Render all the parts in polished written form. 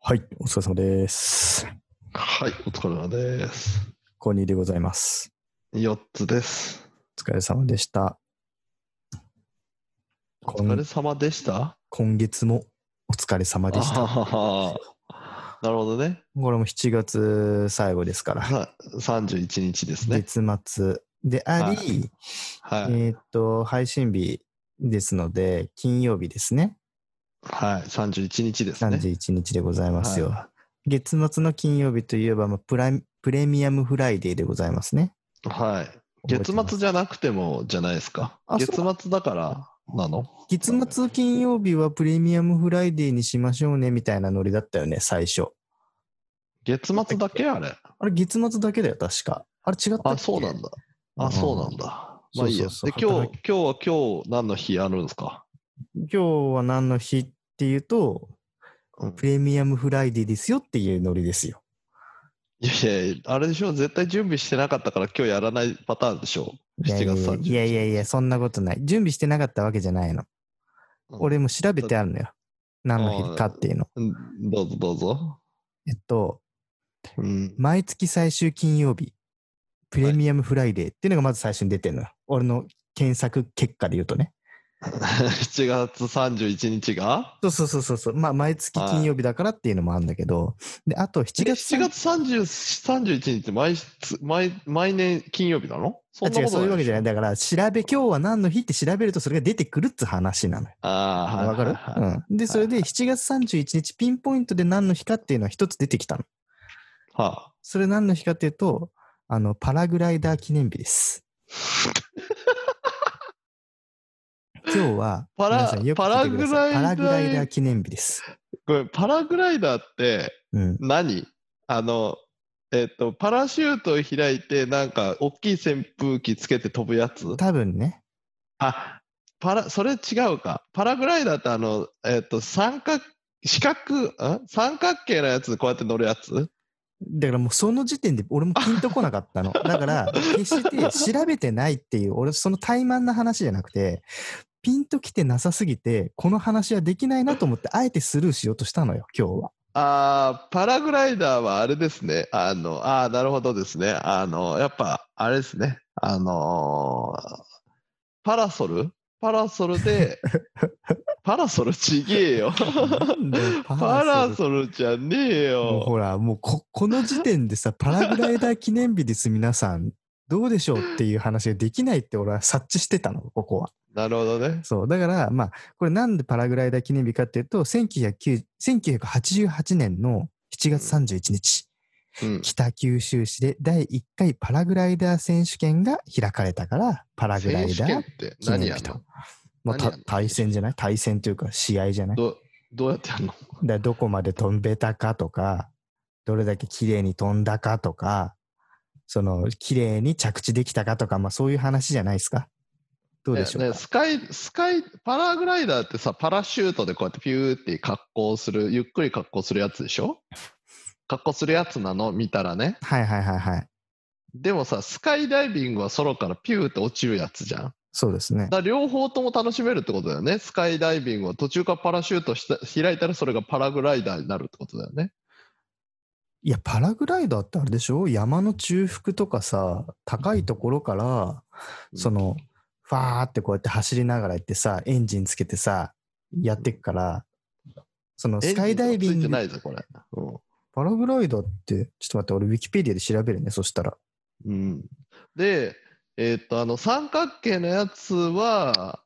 はい、お疲れ様です。 はい、お疲れ様です。 コニーでございます。 4つです。 お疲れ様でした。 お疲れ様でした。 今月もお疲れ様でした。 なるほどね。 これも7月最後ですから。 31日ですね。 月末であり、 はい。 配信日ですので、金曜日ですね。 はい、31日ですね。 31日でございますよ。月末の金曜日といえば、プレミアムフライデーでございますね。 はい。月末じゃなくてもじゃないですか。月末だからなの？ 月末金曜日はプレミアムフライデーにしましょうねみたいなノリだったよね、最初。 月末だけあれ？ あれ月末だけだよ、確か。あれ違ったっけ？ あ、そうなんだ。あ、そうなんだ。まあいいや。で、今日何の日あるんですか？ 今日は何の日っていうと、プレミアムフライデーですよっていうノリですよ。 いや、あれでしょ、絶対準備してなかったから今日やらないパターンでしょ。7月31日。 いや、そんなことない。準備してなかったわけじじゃないの。俺も調べてあるのよ。何の日かっていうの。 どうぞどうぞ。 毎月最終金曜日、プレミアムフライデーっていうのがまず最初に出てるのよ。俺の検索結果で言うとね。 7月31日がそう。まあ、毎月金曜日だからっていうのもあるんだけど、で、あと7月 31日って毎年金曜日なの？そんなことないでしょ。 そういうわけじゃない。だから、今日は何の日って調べるとそれが出てくるって話なのよ。わかる？うん。で、それで7月31日ピンポイントで何の日かっていうのは一つ出てきたの。 はあ。 それ何の日かっていうと、パラグライダー記念日です。今日は、皆さんよく聞いてください。パラグライダー記念日です。 これ、パラグライダーって何？パラシュートを開いて、なんか、大きい扇風機つけて飛ぶやつ？ 多分ね。 あ、それ違うか。パラグライダーって三角形のやつでこうやって乗るやつ？ だからもうその時点で俺もピンとこなかったの。だから、決して調べてないっていう、俺その怠慢な話じゃなくて、ピンときてなさすぎて、この話はできないなと思って、あえてスルーしようとしたのよ、今日は。 パラグライダーはあれですね。なるほどですね。やっぱ、あれですね。パラソルで、パラソルちげえよ。 なんだよ、 パラソルじゃねえよ。 もうほら、もうこの時点でさ、パラグライダー記念日です、皆さん。どうでしょうっていう話ができないって俺は察知してたの、ここは。 なるほどね。 そう。だから、まあ、これなんでパラグライダー記念日かっていうと、1988年の7月31日、北九州市で第1回パラグライダー選手権が開かれたから、パラグライダー記念日と。まあ、対戦じゃない？対戦というか試合じゃない？ どうやってやるの？ どこまで飛べたかとか、どれだけ綺麗に飛んだかとか、綺麗に着地できたかとか、まあそういう話じゃないですか。どうでしょうか。 パラグライダーってさ、パラシュートでこうやってピューってゆっくり滑降するやつでしょ？滑降するやつなの？見たらね。 はい。 でもさ、スカイダイビングは空からピューって落ちるやつじゃん。 そうですね。 だ両方とも楽しめるってことだよね。スカイダイビングは途中からパラシュート開いたらそれがパラグライダーになるってことだよね。 いや、パラグライダーってあれでしょ？山の中腹とかさ、高いところから、ファーってこうやって走りながら行ってさ、エンジンつけてさ、やってくから、スカイダイビング。 ついてないぞ、これ。 パラグライダーって、ちょっと待って、俺ウィキペディアで調べるね、そしたら。 で、三角形のやつは、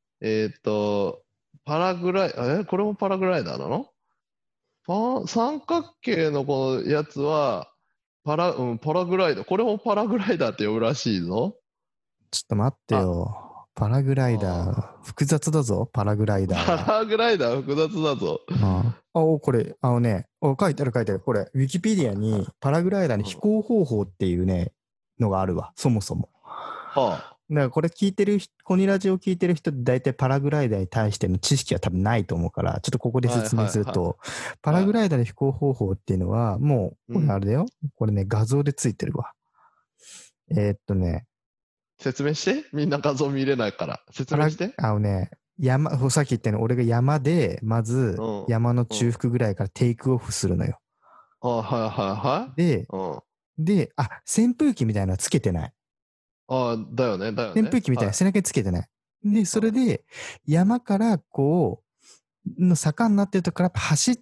パラグライ、これもパラグライダーなの？三角形のこのやつは、パラグライダー。これもパラグライダーって呼ぶらしいぞ。 ちょっと待ってよ。パラグライダー、複雑だぞ、パラグライダー。 パラグライダー複雑だぞ。 これ、書いてある。これ、ウィキペディアにパラグライダーの飛行方法っていうね、のがあるわ、そもそも。だからこれコニラジを聞いてる人って大体パラグライダーに対しての知識は多分ないと思うから、ちょっとここで説明すると、パラグライダーの飛行方法っていうのは、もう、これあれだよ。これね、画像でついてるわ。 説明して。みんな画像見れないから。説明して。 さっき言ったように俺が山で、まず山の中腹ぐらいからテイクオフするのよ。 はいはいはい。 で、扇風機みたいなのつけてない。 だよね。 扇風機みたいな背中につけてない。で、それで山からこう、坂になってるとこから走って、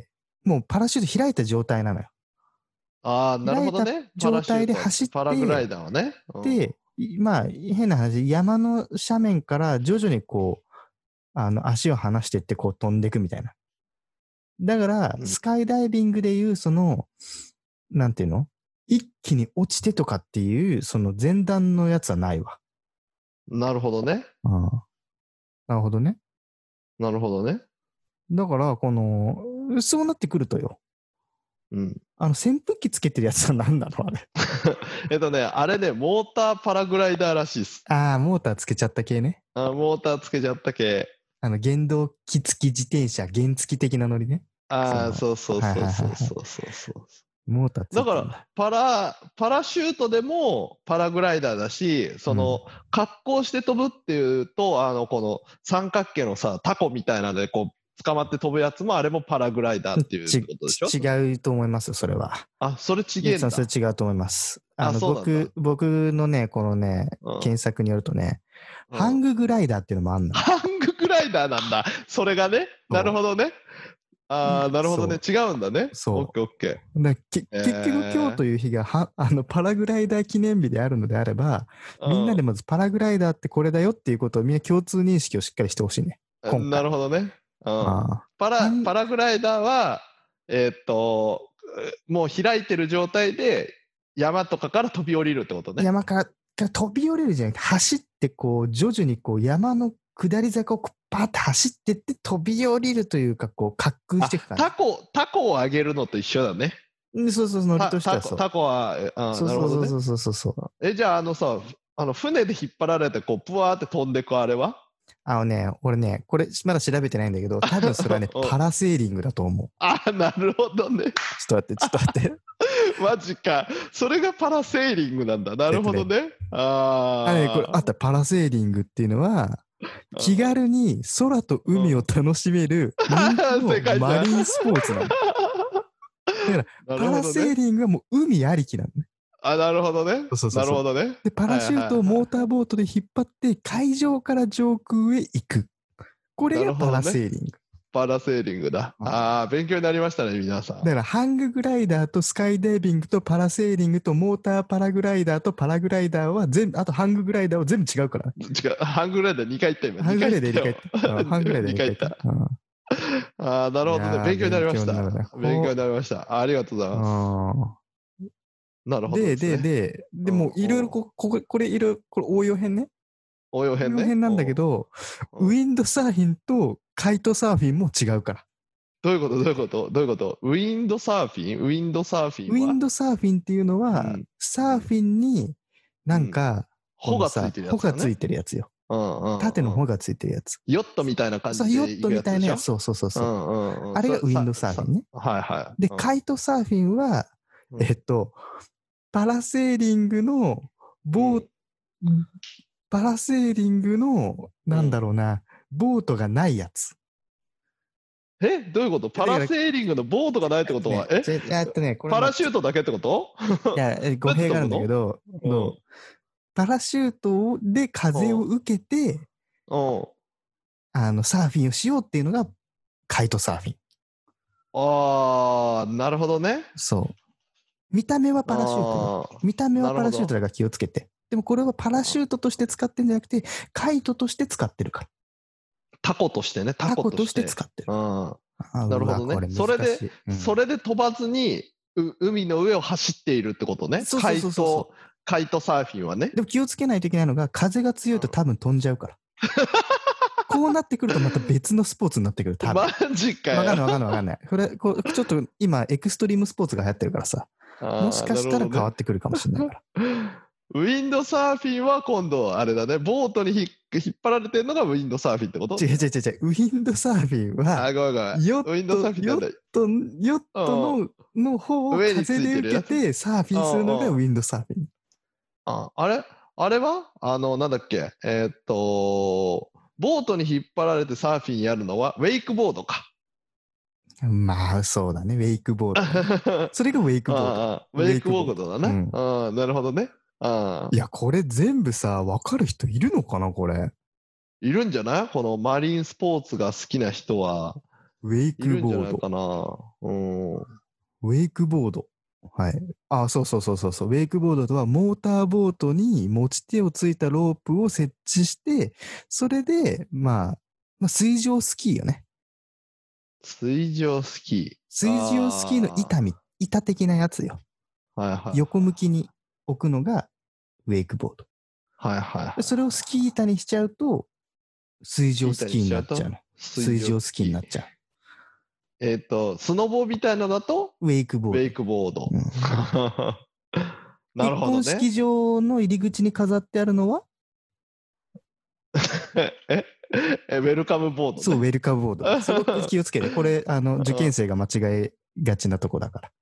もうパラシュート開いた状態なのよ。 なるほどね。 状態で走って、 パラグライダーはね。 で、まあ、変な話、山の斜面から徐々にこう、足を離していってこう飛んでいくみたいな。だから、スカイダイビングでいう、なんていうの？一気に落ちてとかっていう、その前段のやつはないわ。 なるほどね。 なるほどね。 なるほどね。 だから、そうなってくるとよ。扇風機つけてるやつは何なのあれ。 あれね、モーターパラグライダーらしいっす。 モーターつけちゃった系ね。 モーターつけちゃった系。 原動機付き自転車、原付的なノリね。 そう。 モーターついてる。 だからパラシュートでもパラグライダーだし、滑降して飛ぶっていうと、この三角形のさ、タコみたいなのでこう捕まって飛ぶやつもあれもパラグライダーっていうことでしょ？ 違うと思いますよ、それは。 それ違えんだ。 それ違うと思います。僕のね、このね、検索によるとね、ハンググライダーっていうのもあんの。 ハンググライダーなんだ。それがね。なるほどね。なるほどね。違うんだね。 そう。 オッケー。結局今日という日がパラグライダー記念日であるのであれば、みんなでまずパラグライダーってこれだよっていうことをみんな共通認識をしっかりしてほしいね。 なるほどね。パラグライダーは、もう開いてる状態で山とかから飛び降りるってことね。 山から飛び降りるじゃなくて、走ってこう徐々にこう山の下り坂をパーって走ってって飛び降りるというか、こう滑空していく感じ。 タコを上げるのと一緒だね。 そう、ノリとしてはそう。 タコは、なるほどね。 そう。 じゃあ船で引っ張られてこうプワーって飛んでくあれは？ 俺ね、これまだ調べてないんだけど、多分それはね、パラセーリングだと思う。なるほどね。 ちょっと待って。 マジか。それがパラセーリングなんだ。なるほどね。 これパラセーリングっていうのは、気軽に空と海を楽しめる人気のマリンスポーツなの。だから、パラセーリングはもう海ありきなのね。 なるほどね。なるほどね。 で、パラシュートをモーターボートで引っ張って、海上から上空へ行く。これがパラセーリング。 パラセーリングだ。勉強になりましたね、皆さん。 だから、ハンググライダーとスカイダイビングとパラセーリングとモーターパラグライダーとパラグライダーは全部、あとハンググライダーは全部違うから。 違う、ハンググライダー2回言った今。 ハンググライダー2回言った。ハンググライダー2回言った。 なるほどね。勉強になりました。勉強になりました。ありがとうございます。なるほどでもいろいろこれいろいろこれ応用編ね。 応用編なんだけど、ウィンドサーフィンとカイトサーフィンも違うから。 どういうことウィンドサーフィンっていうのは、サーフィンになんか、 帆がついてるやつ。 帆がついてるやつよ。縦の帆がついてるやつ。 ヨットみたいな感じで。 ヨットみたいなやつ。そう。あれがウィンドサーフィンね。で、カイトサーフィンは、パラセーリングのなんだろうな、ボートがないやつ。 どういうこと？パラセーリングのボートがないってことは、パラシュートだけってこと？ いや、語弊があるんだけど、パラシュートで風を受けて、サーフィンをしようっていうのがカイトサーフィン。なるほどね。 そう。見た目はパラシュート。見た目はパラシュートだから気をつけて。でもこれはパラシュートとして使ってんじゃなくて、カイトとして使ってるから。 タコとしてね。 タコとして使ってる。 なるほどね。それで飛ばずに海の上を走っているってことね。カイトサーフィンはね。 でも気をつけないといけないのが、風が強いと多分飛んじゃうから。こうなってくるとまた別のスポーツになってくる。多分。 マジかよ。 わかんない。これちょっと今エクストリームスポーツが流行ってるからさ。もしかしたら変わってくるかもしれないから。 ウィンドサーフィンは今度あれだね、ボートに引っ張られてるのがウィンドサーフィンってこと？ 違う。ウィンドサーフィンは、ヨットの方を風で受けてサーフィンするのがウィンドサーフィン。 あれはなんだっけボートに引っ張られてサーフィンやるのはウェイクボードか。 まあ、そうだね。ウェイクボード。それがウェイクボード。 ウェイクボードだね。なるほどね。 いや、これ全部さ、分かる人いるのかな、これ。 いるんじゃない？このマリンスポーツが好きな人は。 ウェイクボード。いるんじゃないかな。 ウェイクボード。はい。そう。ウェイクボードとは、モーターボートに持ち手をついたロープを設置して、それで、まあ、水上スキーよね。 水上スキー。 水上スキーの板的なやつよ。横向きに置くのがウェイクボード。それをスキー板にしちゃうと、水上スキーになっちゃうの。水上スキーになっちゃう。 スノボみたいなのだとウェイクボード。 なるほどね。 結婚式場の入り口に飾ってあるのはウェルカムボード、ね。 そう、ウェルカムボード。すごく気をつけて。これ、受験生が間違えがちなとこだから。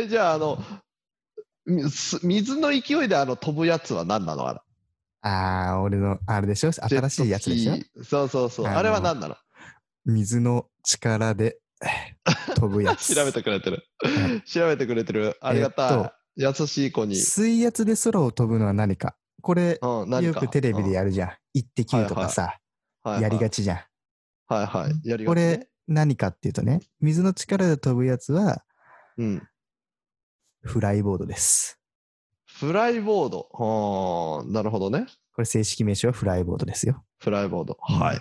じゃあ、水の勢いで飛ぶやつは何なの？あれ。 俺の、あれでしょ？新しいやつでしょ？ そう。あれは何なの？ 水の力で飛ぶやつ。 調べてくれてる。調べてくれてる。ありがたい。優しい子に。 水圧で空を飛ぶのは何か？これ、よくテレビでやるじゃん。イッテ Q とかさ、やりがちじゃん。 やりがちね。 これ、何かっていうとね、水の力で飛ぶやつは、フライボードです。 フライボード。なるほどね。 これ正式名称はフライボードですよ。 フライボード。はい。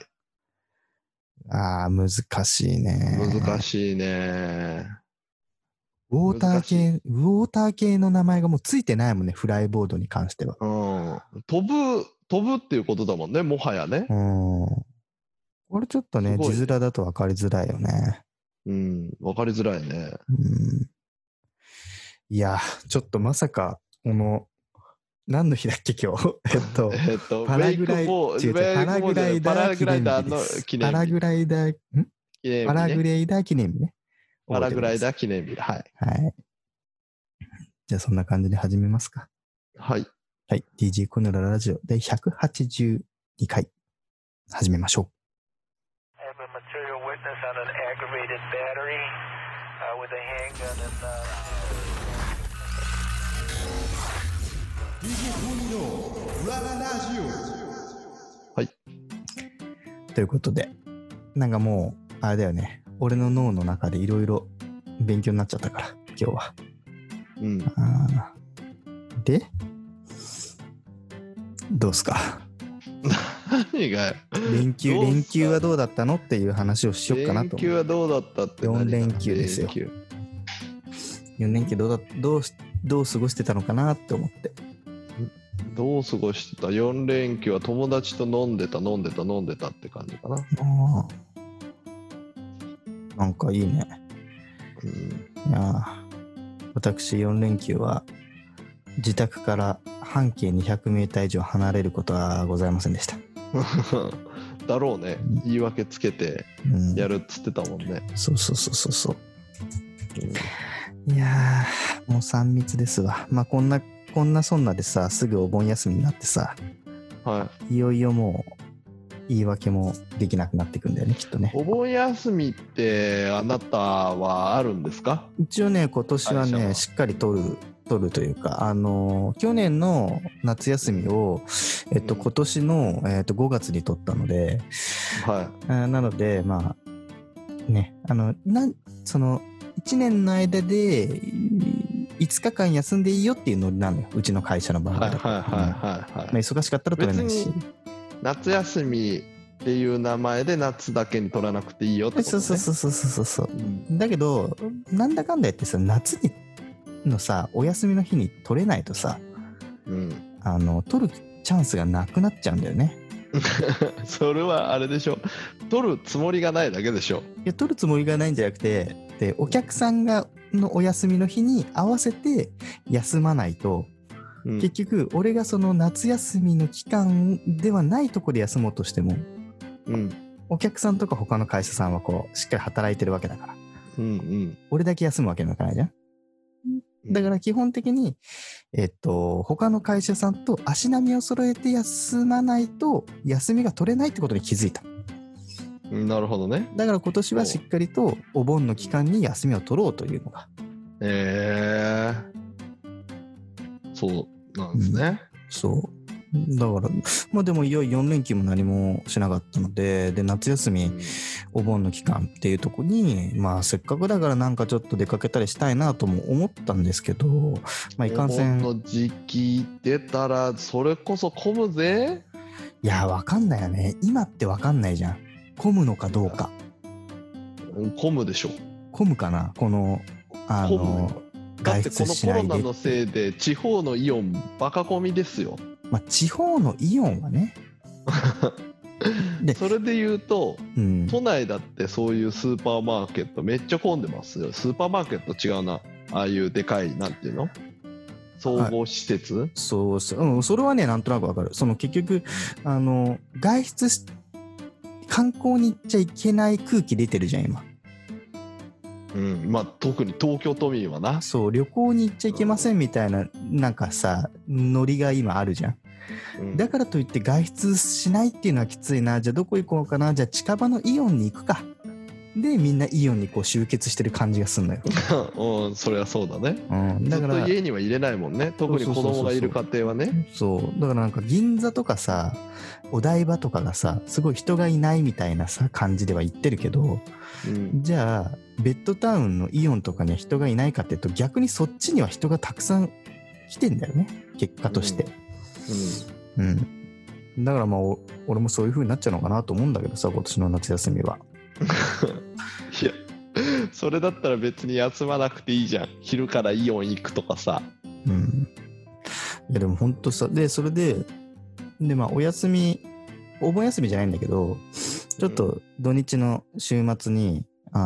難しいね。 難しいね。 ウォーター系の名前がもうついてないもんね、フライボードに関しては。 飛ぶっていうことだもんね、もはやね。 これちょっとね、字面だと分かりづらいよね。 分かりづらいね。 いや、ちょっとまさか、何の日だっけ今日。パラグライダーの記念日。パラグライダー記念日ね。 パラグライダー記念日。はい。 じゃあそんな感じで始めますか。 はい。 はい。DJ コネララジオ第182回始めましょう。はい。ということで、なんかもう、あれだよね。俺の脳の中でいろいろ勉強になっちゃったから、今日は。で、どうすか？ 何がよ。 連休はどうだったのっていう話をしよっかなと。 連休はどうだったって 4連休ですよ。4連休どう過ごしてたのかなって思って。 どう過ごしてた？ 4 連休は友達と飲んでたって感じかな。 なんかいいね。いや、私4連休は自宅から半径200メーター以上離れることはございませんでした。 だろうね。言い訳つけてやるっつってたもんね。 そう。いやー、もう3密ですわ。まあこんなそんなでさ、すぐお盆休みになってさ、いよいよもう言い訳もできなくなっていくんだよね、きっとね。 お盆休みってあなたはあるんですか？ 一応ね、今年はね、しっかり取るというか、去年の夏休みを、今年の、5月に取ったので、なので、まあ、ね、その、1年の間で5日間休んでいいよっていうノリなのよ、うちの会社の場合だと。忙しかったら取れないし。 夏休みっていう名前で夏だけに取らなくていいよってことね。 そう。だけど、なんだかんだ言ってさ、夏のさ、お休みの日に取れないとさ、取るチャンスがなくなっちゃうんだよね。 それはあれでしょ。取るつもりがないだけでしょ。 いや、取るつもりがないんじゃなくて、で、お客さんのお休みの日に合わせて休まないと、結局俺がその夏休みの期間ではないところで休もうとしても、お客さんとか他の会社さんはこうしっかり働いてるわけだから、俺だけ休むわけにはいかないじゃん。 だから基本的に、他の会社さんと足並みを揃えて休まないと休みが取れないってことに気づいた。 なるほどね。 だから今年はしっかりとお盆の期間に休みを取ろうというのが。 そうなんですね。 そう。だから、まあでもいよいよ4連休も何もしなかったので、夏休み、お盆の期間っていうとこに、まあせっかくだからなんかちょっと出かけたりしたいなとも思ったんですけど、まあいかんせん。 お盆の時期出たら、それこそ混むぜ。 いや、わかんないよね。今ってわかんないじゃん。混むのかどうか。 混むでしょ。 混むかなこの、 だってこのコロナのせいで地方のイオンバカ混みですよ。 まあ地方のイオンはね。 でそれで言うと、都内だってそういうスーパーマーケットめっちゃ混んでますよ。スーパーマーケット違うな。ああいうでかい、なんていうの、総合施設、はい、 そう、それはね、なんとなくわかる。その結局、外出観光に行っちゃいけない空気出てるじゃん、今。 まあ特に東京都民はな。 そう、旅行に行っちゃいけませんみたいな、なんかさ、ノリが今あるじゃん。だからといって外出しないっていうのはきついな。じゃあどこ行こうかな。じゃあ近場のイオンに行くか。でみんなイオンにこう集結してる感じがするのよ。 それはそうだね。 だからずっと家には入れないもんね。特に子供がいる家庭はね。 そうだからなんか銀座とかさ、お台場とかがさ、すごい人がいないみたいなさ感じでは言ってるけど、じゃあベッドタウンのイオンとかには人がいないかっていうと、逆にそっちには人がたくさん来てんだよね、結果として。だからまあ俺もそういう風になっちゃうのかなと思うんだけどさ、今年の夏休みは。 いや、それだったら別に休まなくていいじゃん。昼からイオン行くとかさ。 いやでもほんとさ、でそれでまあお盆休みじゃないんだけど、ちょっと土日の週末に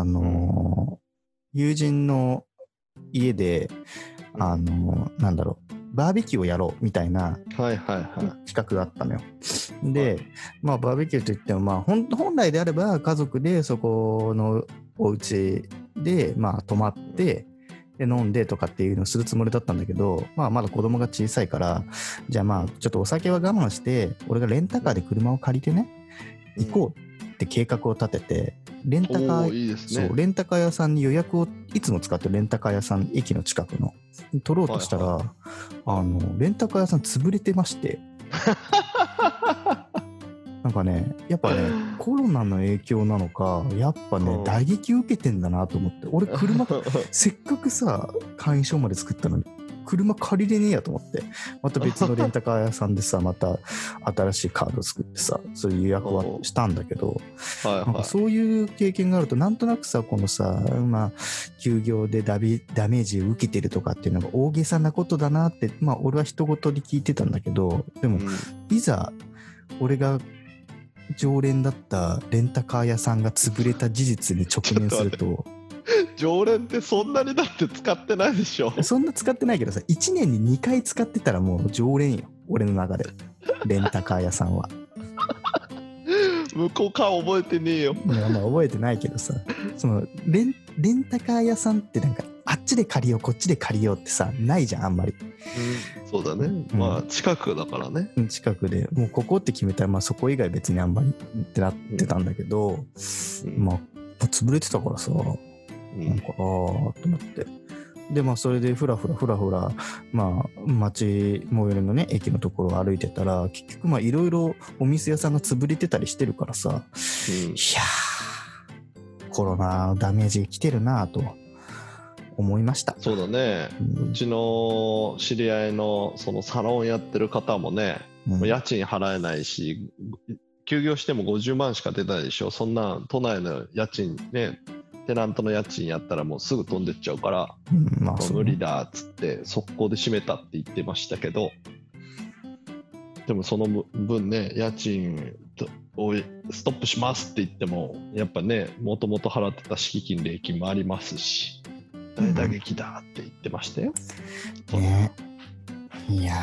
友人の家でなんだろう、バーベキューをやろうみたいな企画があったのよ。で、まあバーベキューといっても、まあ本来であれば家族でそこのお家でまあ泊まってで飲んでとかっていうのをするつもりだったんだけど、まあまだ子供が小さいから、じゃあまあちょっとお酒は我慢して俺がレンタカーで車を借りてね行こうって計画を立てて、レンタカー屋さんに予約をいつも使ってるレンタカー屋さん、駅の近くの取ろうとしたら、レンタカー屋さん潰れてましてなんかね、やっぱねコロナの影響なのかやっぱね打撃受けてんだなと思って、俺車せっかくさ会員証まで作ったのに車借りれねえやと思って、また別のレンタカー屋さんでさまた新しいカード作ってさ、そういう予約はしたんだけど、なんかそういう経験があるとなんとなくさ、このさ、まあ休業でダメージを受けてるとかっていうのが大げさなことだなって、まあ俺は人事に聞いてたんだけど、でもいざ俺が常連だったレンタカー屋さんが潰れた事実に直面すると常連ってそんなにだって使ってないでしょ。 そんな使ってないけどさ、1年に2回使ってたらもう常連よ、俺の中でレンタカー屋さんは。 向こう顔覚えてねえよ。 いやまあ覚えてないけどさ、そのレンタカー屋さんってなんかあっちで借りようこっちで借りようってさないじゃんあんまり。 そうだね、まあ近くだからね。 近くでもうここって決めたら、まあそこ以外別にあんまりってなってたんだけど、まあ潰れてたからさ、なんかと思って、でまあそれでふらふらまあ町最寄りのね駅のところを歩いてたら、結局まあいろいろお店屋さんが潰れてたりしてるからさ、いやーコロナダメージ来てるなと思いました。 そうだね、うちの知り合いのそのサロンやってる方もね、家賃払えないし休業しても50万しか出ないでしょ。そんな都内の家賃ね、テナントの家賃やったらもうすぐ飛んでっちゃうから、もう無理だっつって速攻で閉めたって言ってましたけど、でもその分ね家賃をストップしますって言ってもやっぱねもともと払ってた敷金礼金もありますし大打撃だって言ってましたよ、 ね。いや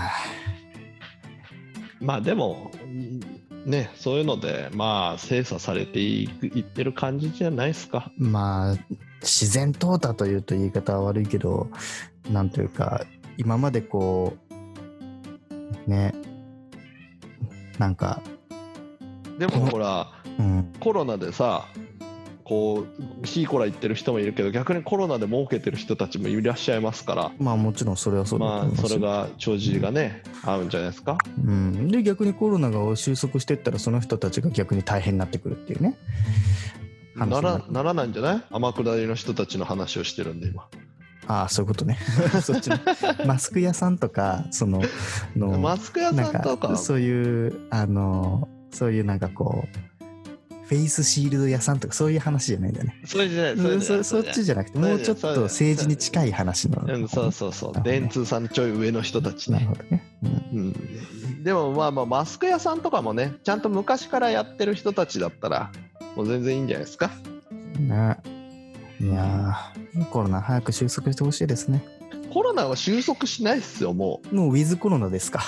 まあでもね、そういうのでまあ精査されていってる感じじゃないですか。 まあ自然淘汰というと言い方は悪いけど、 なんというか今までこうね、なんかでもほら、コロナでさ、こうヒーコラ言ってる人もいるけど、逆にコロナで儲けてる人たちもいらっしゃいますから、 まあもちろんそれはそうだと思います。 それが帳尻がね合うんじゃないですか。 で逆にコロナが収束していったらその人たちが逆に大変になってくるっていうね。 ならないんじゃない？天下りの人たちの話をしてるんで今。 ああそういうことね。そっちのマスク屋さんとかマスク屋さんとかそういうそういうなんかこうフェイスシールド屋さんとかそういう話じゃないんだよね。 そっちじゃなくてもうちょっと政治に近い話の、 そう電通さんちょい上の人たちね。 なるほどね。 でもまあマスク屋さんとかもね、ちゃんと昔からやってる人たちだったらもう全然いいんじゃないですか。 いやコロナ早く収束してほしいですね。 コロナは収束しないっすよ。もうウィズコロナですか。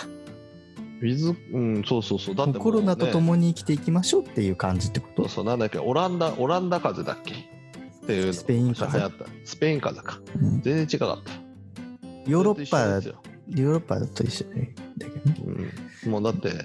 そうだって、ね、 コロナと共に生きていきましょうっていう感じってこと？ なんだっけ、オランダ風邪だっけっていうのスペイン風邪。 スペイン風邪か、全然違かった。 ヨーロッパと一緒だけどね。 もうだって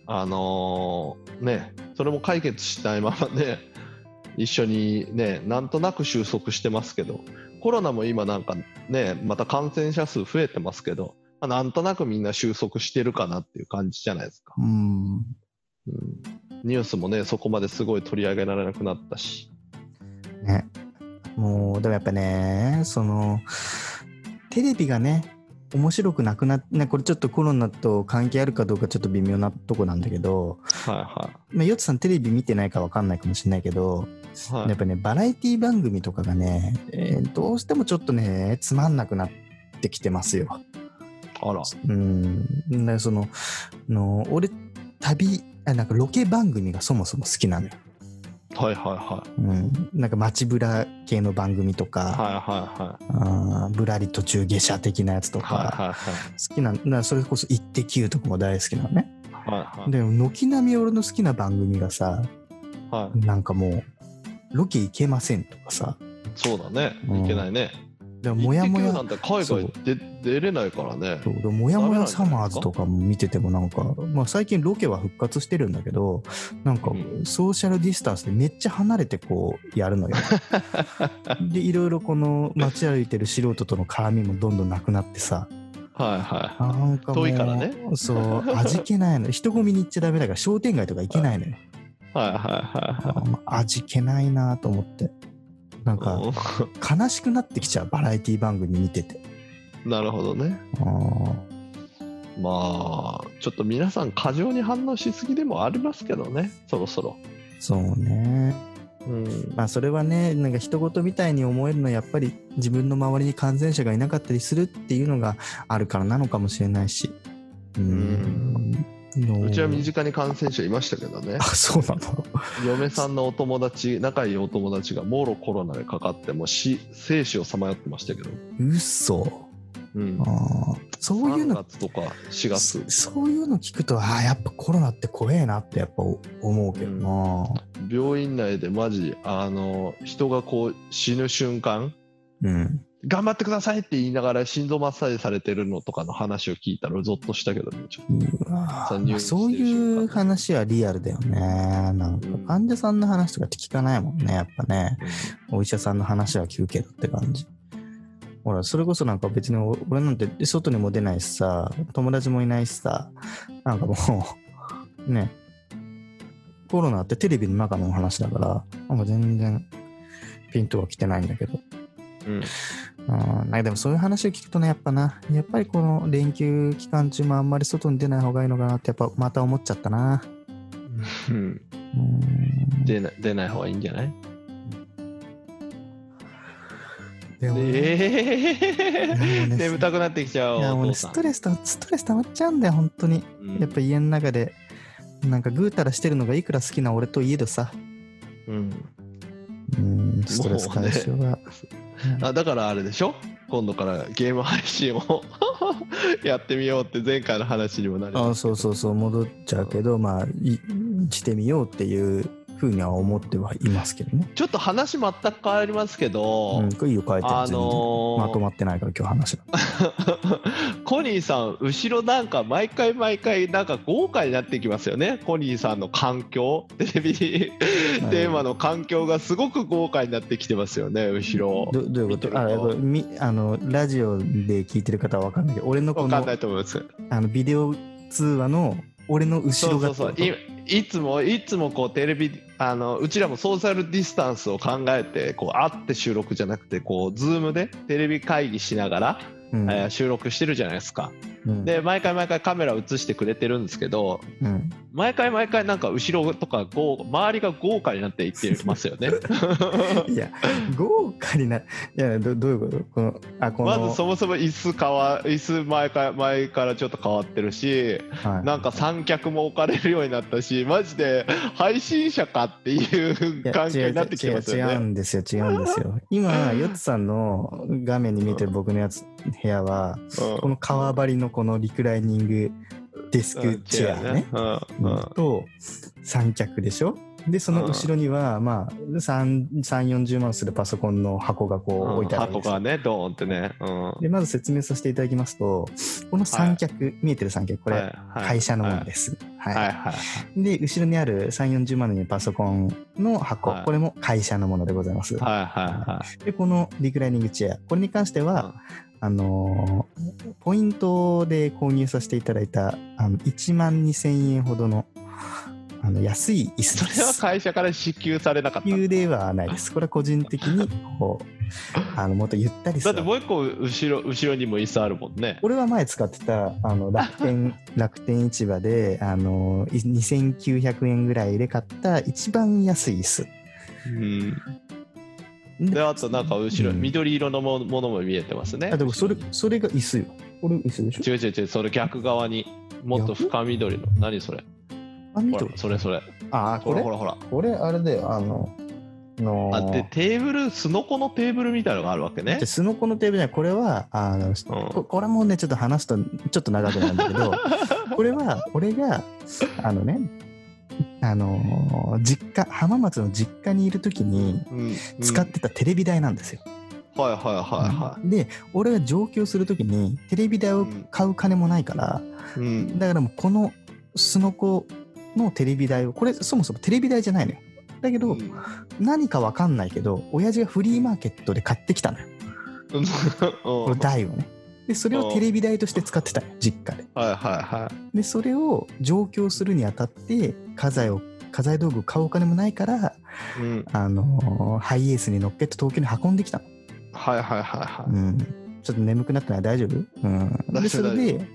ね、それも解決しないままね、一緒にね、なんとなく収束してますけど、コロナも今なんかね、また感染者数増えてますけど、なんとなくみんな収束してるかなっていう感じじゃないですか。ニュースもね、そこまですごい取り上げられなくなったし。 ね、もうでもやっぱね、テレビがね、面白くなくなって、ね、これちょっとコロナと関係あるかどうかちょっと微妙なとこなんだけど、ヨッツさんテレビ見てないか分かんないかもしれないけど、やっぱね、バラエティ番組とかがね、どうしてもちょっとね、つまんなくなってきてますよ。 あら。 俺なんかロケ番組がそもそも好きなのよ。なんか街ブラ系の番組とか、ぶらり途中下車的なやつとか、好きな、それこそイッテ Q とかも大好きなのね。でも軒並み俺の好きな番組がさ、なんかもうロケ行けませんとかさ。 そうだね、行けないね。 もやもやなんて海外出れないからね。 もやもやサマーズとかも見ててもなんか、最近ロケは復活してるんだけど、なんかソーシャルディスタンスでめっちゃ離れてこうやるのよ。でいろいろこの街歩いてる素人との絡みもどんどんなくなってさ。なんかもう遠いからね。そう味気ないの。人混みに行っちゃダメだから商店街とか行けないのよ。味気ないなと思って。なんか悲しくなってきちゃう、バラエティ番組見てて。 なるほどね。ちょっと皆さん過剰に反応しすぎでもありますけどね、そろそろ。 そうね。それはね、なんか人事みたいに思えるのはやっぱり自分の周りに感染者がいなかったりするっていうのがあるからなのかもしれないし。 うちは身近に感染者いましたけどね。 そうなの。 嫁さんのお友達、仲いいお友達がもろコロナでかかってもう生死をさまよってましたけど。 嘘。そういうの 3月とか4月、 そういうの聞くとやっぱコロナって怖えなってやっぱ思うけどな。 病院内でマジ人がこう死ぬ瞬間、頑張ってくださいって言いながら心臓マッサージされてるのとかの話を聞いたらゾッとしたけどね。 そういう話はリアルだよね。なんか患者さんの話とかって聞かないもんね、やっぱね。お医者さんの話は聞くけどって感じ。ほら、それこそなんか別に俺なんて外にも出ないしさ、友達もいないしさ、なんかもうね、コロナってテレビの中の話だから、なんか全然ピンとは来てないんだけど。なんかでもそういう話を聞くとね、やっぱりこの連休期間中もあんまり外に出ない方がいいのかなってやっぱまた思っちゃったな。 出ない方がいいんじゃない？眠たくなってきちゃう。 いやもうね、ストレス溜まっちゃうんだよ本当に。やっぱ家の中でなんかぐうたらしてるのがいくら好きな俺といえどさ。ストレス解消は。 だからあれでしょ、今度からゲーム配信をやってみようって前回の話にもなりますけど。 そう戻っちゃうけど、してみようっていうふうには思ってはいますけどね。 ちょっと話全く変わりますけど、 いいよ変えて、まとまってないから今日話がコニーさん後ろなんか毎回なんか豪華になってきますよね。コニーさんの環境、テレビテーマの環境がすごく豪華になってきてますよね。後ろどういうこと？ラジオで聞いてる方は分かんないけど、俺のこの分かんないと思います。 ビデオ通話の俺の後ろがそういつもこうテレビうちらもソーシャルディスタンスを考えてこう会って収録じゃなくてこうズームでテレビ会議しながら、収録してるじゃないですか。で毎回カメラ映してくれてるんですけど、毎回なんか後ろとか周りが豪華になっていってますよね。 いや豪華にな、いやどういうこと？ まずそもそも椅子前からちょっと変わってるし、なんか三脚も置かれるようになったし、マジで配信者かっていう関係になってきてますよね。 違うんですよ。今ヨッツさんの画面に見てる僕の部屋は、この革張りのこのリクライニングデスクチェアね、と三脚でしょ。でその後ろにはまあ340万するパソコンの箱がこう置いてあるんですよ。箱がねドーンってね、 でまず説明させていただきますと、この三脚、見えてる三脚これ、会社のものです。で後ろにある340万のパソコンの箱、これも会社のものでございます。でこのリクライニングチェア、これに関しては、ポイントで購入させていただいた1万2000円ほどの安い椅子です。 それは会社から支給されなかった？ 支給ではないです。これは個人的にこうもっとゆったりする。 だってもう一個後ろにも椅子あるもんね。 俺は前使ってた楽天市場で2900円ぐらいで買った一番安い椅子。 であとなんか後ろ、緑色のものも見えてますね。 でもそれが椅子よ。これ椅子でしょ。違うそれ逆側にもっと深緑の何それ。それこれほらこれあれだよでテーブルスノコのテーブルみたいなのがあるわけね。 スノコのテーブルじゃない、これはこれもねちょっと話すとちょっと長くなるんだけどこれは俺が実家浜松の実家にいる時に使ってたテレビ台なんですよ。で俺が上京する時にテレビ台を買う金もないから、だからもうこのスノコのテレビ台を、これそもそもテレビ台じゃないのよ。だけど、何か分かんないけど親父がフリーマーケットで買ってきたのよこの台をね。でそれをテレビ台として使ってたの実家で。でそれを上京するにあたって家財道具を買うお金もないから、ハイエースに乗っけて東京に運んできたの。ちょっと眠くなってない？大丈夫？でそれで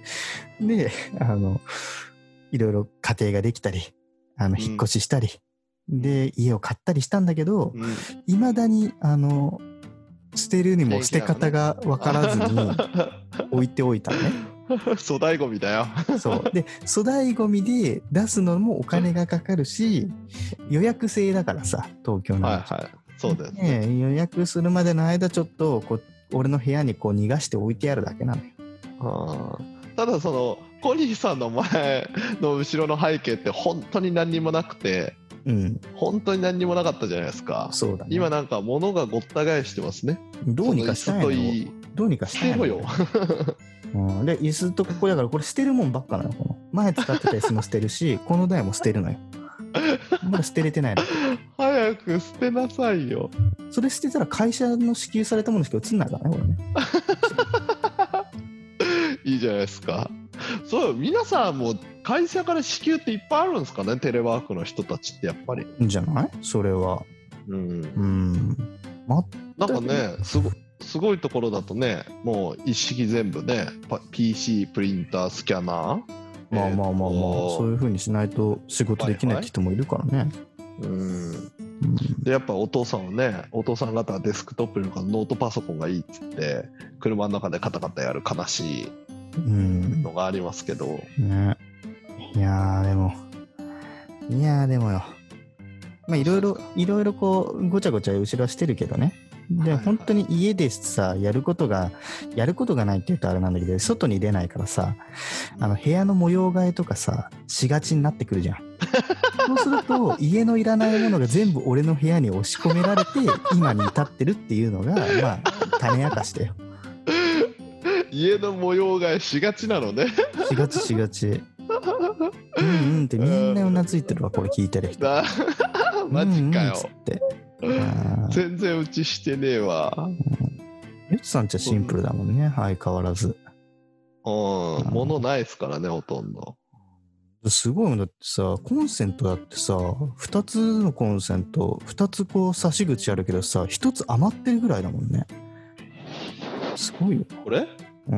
いろいろ家庭ができたり引っ越ししたり、で家を買ったりしたんだけど、いまだに捨てるにも捨て方が分からずに置いておいたのね。 粗大ゴミだよ。 そうで粗大ゴミで出すのもお金がかかるし、予約制だからさ東京の、 そうですね。 予約するまでの間ちょっと俺の部屋にこう逃がして置いてあるだけなのよ。 ただそのコニーさんの前の後ろの背景って本当に何にもなくて、本当に何にもなかったじゃないですか。 そうだね。 今なんか物がごった返してますね。 どうにかしたいの。どうにかしたいのよ。で椅子とここだからこれ捨てるもんばっかなの。この前使ってた椅子も捨てるしこの台も捨てるのよ。まだ捨てれてないの。 早く捨てなさいよ。 それ捨てたら会社の支給されたものしか映んないからねこれね。 いいじゃないですか。そう皆さんも会社から支給っていっぱいあるんですかね。テレワークの人たちってやっぱり。 じゃないそれは。 なんかねすごいところだとね、もう一式全部ね PC プリンタースキャナー、 そういう風にしないと仕事できないって人もいるからね。 でやっぱお父さん方はデスクトップよりかノートパソコンがいいっつって車の中でカタカタやる悲しいのがありますけど、 いやでもよ、まあいろいろこうごちゃごちゃ後ろはしてるけどね、 で本当に家でさやることがないって言うとあれなんだけど、外に出ないからさ、部屋の模様替えとかさしがちになってくるじゃん。そうすると家のいらないものが全部俺の部屋に押し込められて今に至ってるっていうのがまあ種明かしだよ。 家の模様替えしがちなのね。 しがちうんってみんなうなずいてるわ、これ聞いてる人。 マジかよ、 つって全然うちしてねえわ。 ゆつさんちはシンプルだもんね、相変わらず。 物ないですからね、ほとんど。 すごいもんだってさ、コンセントだってさ、2つのコンセント、2つこう差し口あるけどさ、1つ余ってるぐらいだもんね。すごいよ。 これ？ うん。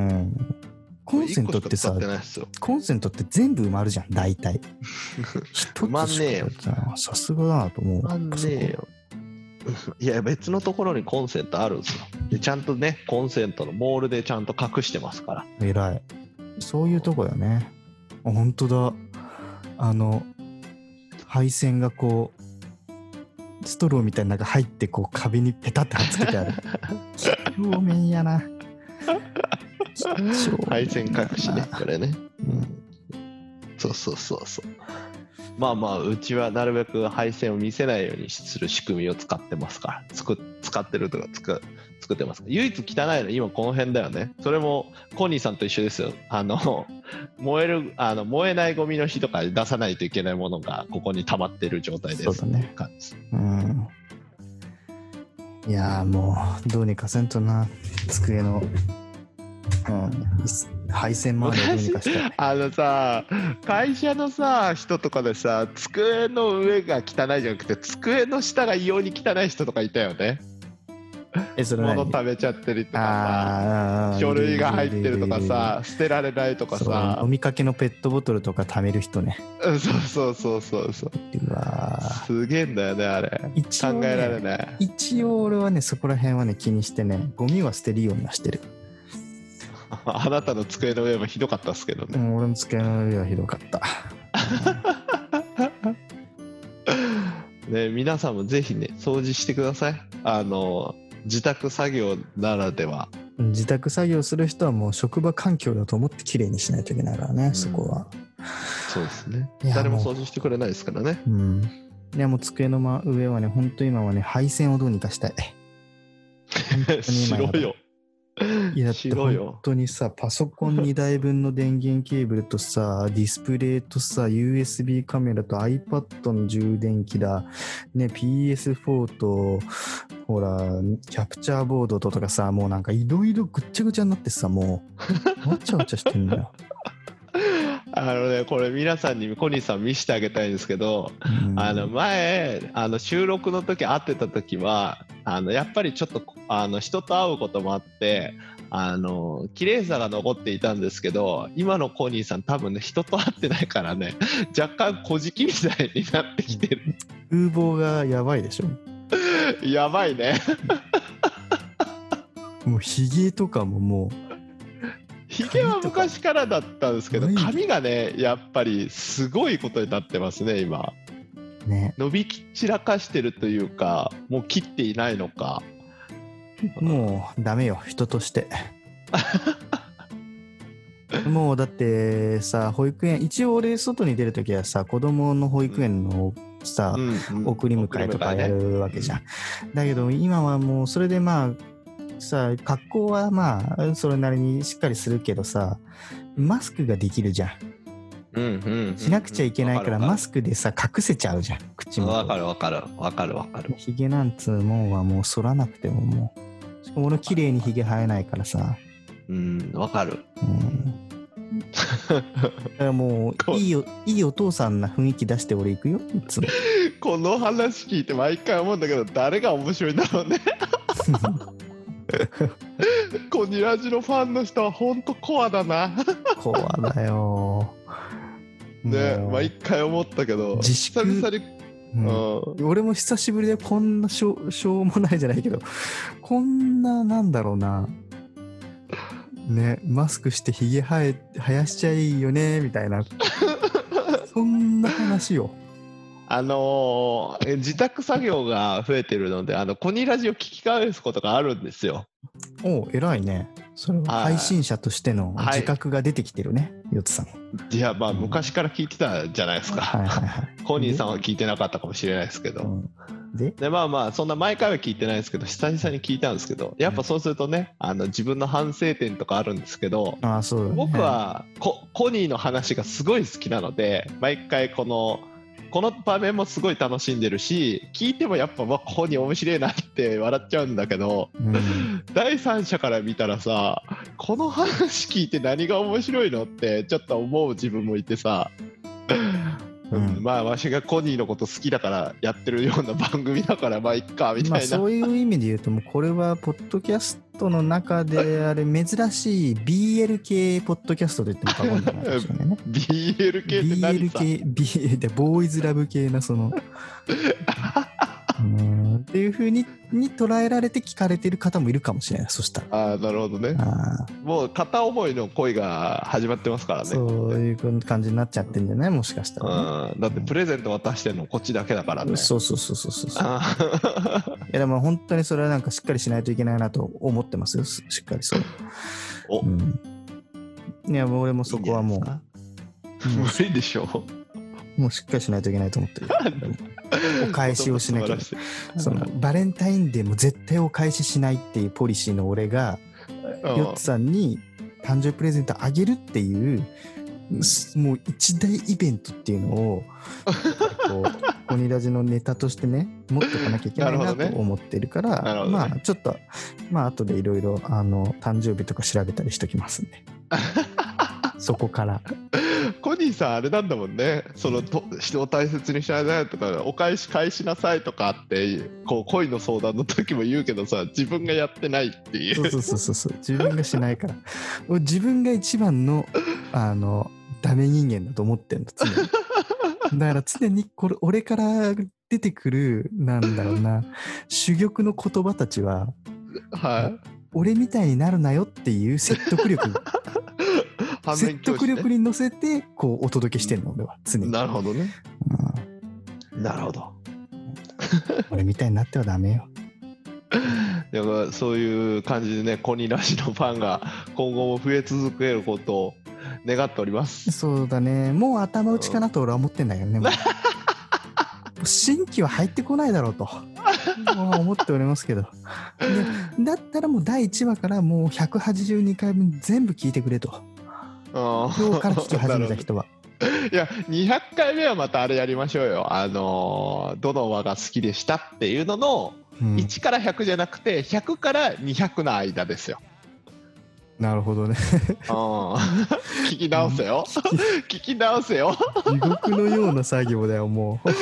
コンセントってさ、コンセントって全部埋まるじゃん、大体。 埋まんねえよ。 さすがだなと思う。 埋まんねえよ。いや、別のところにコンセントあるんですよ。で、ちゃんとね、コンセントのモールでちゃんと隠してますから。 偉い。そういうとこだね。ほんとだ。配線がこうストローみたいなのが入ってこう壁にペタッて貼っつけてある。表面やな。 配線隠しね、これね。そうそう。まあまあ、うちはなるべく配線を見せないようにする仕組みを使ってますから、使ってるとか作ってます。唯一汚いの今この辺だよね。それもコニーさんと一緒ですよ。燃えないゴミの日とか出さないといけないものがここに溜まってる状態です。 そうだね。いやもうどうにかせんとな、机の配線周りをどうにかして。 さ、会社のさ人とかでさ、机の上が汚いじゃなくて机の下が異様に汚い人とかいたよね。 それ物食べちゃってるとかさ、書類が入ってるとかさ、捨てられないとかさ、 飲みかけのペットボトルとか貯める人ね。 そう。 うわすげえんだよね、あれ。考えられない。 一応俺はね、そこら辺はね気にしてね、ゴミは捨てるようにはしてる。 あなたの机の上もひどかったっすけどね。 俺の机の上はひどかった。 ね、皆さんもぜひね、掃除してください。自宅作業ならでは。 自宅作業する人はもう職場環境だと思ってきれいにしないといけないからね、そこは。 そうですね。誰も掃除してくれないですからね。 いやもう机の上はね、本当今はね、配線をどうにかしたい。 しろよ。 いやだって本当にさ、パソコン2台分の電源ケーブルとさ、ディスプレイとさ、USB カメラと iPad の充電器だ、ね、PS4 とほらキャプチャーボードとかさ、もうなんかいろいろぐっちゃぐちゃになってさ、もうわちゃわちゃしてんだよ。 これ皆さんにコニーさん見せてあげたいんですけど、前収録の時会ってた時はやっぱりちょっと人と会うこともあって綺麗さが残っていたんですけど、今のコニーさん多分ね、人と会ってないからね、若干小じきみたいになってきてる。 風貌がやばいでしょ。 やばいね。 もうヒゲとかももう、 ヒゲは昔からだったんですけど、髪がねやっぱりすごいことになってますね今ね。伸びき散らかしてるというか、もう切っていないのか、 もうダメよ、人としてもうだってさ、保育園、一応俺外に出るときはさ、子供の保育園のさ、送り迎えとかやるわけじゃん。だけど今はもうそれでまあさ、格好はまあそれなりにしっかりするけどさ、マスクができるじゃん。しなくちゃいけないからマスクでさ隠せちゃうじゃん、口も。わかる。ヒゲなんつうもんはもう剃らなくてももう、しかも俺綺麗にヒゲ生えないからさ。 わかる。 だからもういいお父さんな雰囲気出して俺行くよ、いつも。 この話聞いて毎回思うんだけど、誰が面白いんだろうね。コニラジのファンの人はほんとコアだな。 コアだよね。毎回思ったけど、 自粛俺も久しぶりでこんなしょうもないじゃないけど、こんななんだろうなね、マスクしてヒゲ生やしちゃいいよねみたいなそんな話よ。 自宅作業が増えてるので、コニラジオ聞き返すことがあるんですよ。 お、偉いね。それは配信者としての自覚が出てきてるね、ヨッツさん。 いや、まあ、昔から聞いてたじゃないですか。 はいはいはい。 コニーさんは聞いてなかったかもしれないですけど。でまあまあ、そんな毎回は聞いてないですけど、久々に聞いたんですけど、やっぱそうするとね、自分の反省点とかあるんですけど、 そうだね、 僕はコニーの話がすごい好きなので、毎回この場面もすごい楽しんでるし、聞いてもやっぱコニー面白いなって笑っちゃうんだけど、第三者から見たらさ、この話聞いて何が面白いのってちょっと思う自分もいてさ、まあわしがコニーのこと好きだからやってるような番組だからまあいっかみたいな、 そういう意味で言うと、もうこれはポッドキャストの中であれ珍しい BL 系ポッドキャストと言っても過言じゃないかもしれないね。 BL 系って何さ？ BL 系、ボーイズラブ系なそのっていう風に捉えられて聞かれてる方もいるかもしれない。そしたらなるほどね。もう片思いの恋が始まってますからね。 そういう感じになっちゃってんじゃない、もしかしたら、ね。 だってプレゼント渡してんのこっちだけだからね。 そういやでも本当にそれはなんかしっかりしないといけないなと思ってますよ。しっかりそう。いや俺もそこはもう無理でしょ。 もうしっかりしないといけないと思ってる。お返しをしなきゃ。そのバレンタインデーも絶対お返ししないっていうポリシーの俺がヨッツさんに誕生日プレゼントあげるっていうもう一大イベントっていうのをコニラジのネタとしてね持っておかなきゃいけないなと思ってるから、まあちょっとまあ後でいろいろ誕生日とか調べたりしときますんでそこからコニーさんあれなんだもんね、その人を大切にしなさいとかお返し返しなさいとかってこう恋の相談の時も言うけどさ、自分がやってないっていう。 そう自分がしないから自分が一番のダメ人間だと思ってんの常に。だから常に俺から出てくるなんだろうな珠玉の言葉たちは、俺みたいになるなよっていう説得力に乗せてこうお届けしてんの俺は常に。 なるほどね、なるほど。 俺みたいになってはダメよ。 だからそういう感じでね、コニラジのファンが今後も増え続けることを願っております。そうだね、もう頭打ちかなと俺は思ってんだよね。新規は入ってこないだろうと思っておりますけど、だったらもう第1話からもう182回分全部聞いてくれと。今日から聞き始めた人は。 いや200回目はまたあれやりましょうよ。どの話が好きでしたっていうのの、1から100じゃなくて100から200の間ですよ。 なるほどね。 聞き直せよ。聞き直せよ。 地獄のような作業だよもう。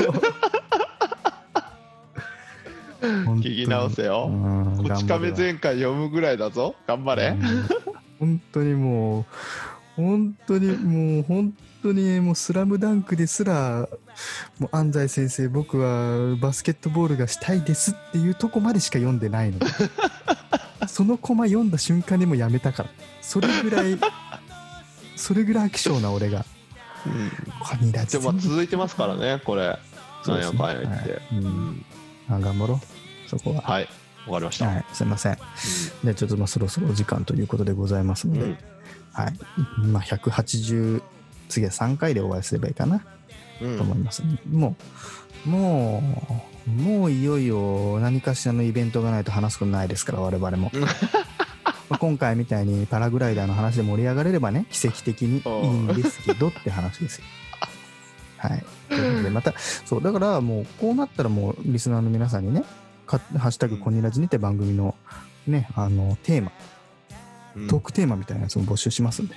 聞き直せよ。こち亀前回読むぐらいだぞ。頑張れ。 本当にもう本当にもうスラムダンクですらもう安西先生僕はバスケットボールがしたいですっていうとこまでしか読んでないの。そのコマ読んだ瞬間にもうやめたから。それぐらい飽き性な俺が。 でも続いてますからねこれ。なんやかんや言って。 頑張ろうそこは。 はい、わかりました。 すいません。でちょっとそろそろお時間ということでございますので、180次は3回でお会いすればいいかな、と思います。もういよいよ何かしらのイベントがないと話すことないですから我々も。今回みたいにパラグライダーの話で盛り上がれればね奇跡的にいいんですけどって話ですよ。はい。ということでまたそうだからもうこうなったらもうリスナーの皆さんにねハッシュタグコニラジにて番組のねテーマ、トークテーマみたいなやつを募集しますんで、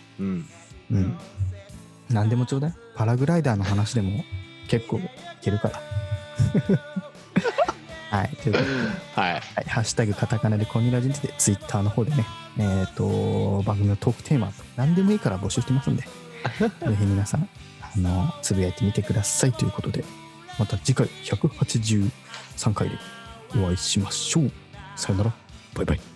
何でもちょうだい。パラグライダーの話でも結構いけるから。はいということで、ハッシュタグカタカナでコニラジにてツイッターの方でね番組のトークテーマ何でもいいから募集してますんでぜひ皆さんつぶやいてみてくださいということで、また次回183回でお会いしましょう。さよなら、バイバイ。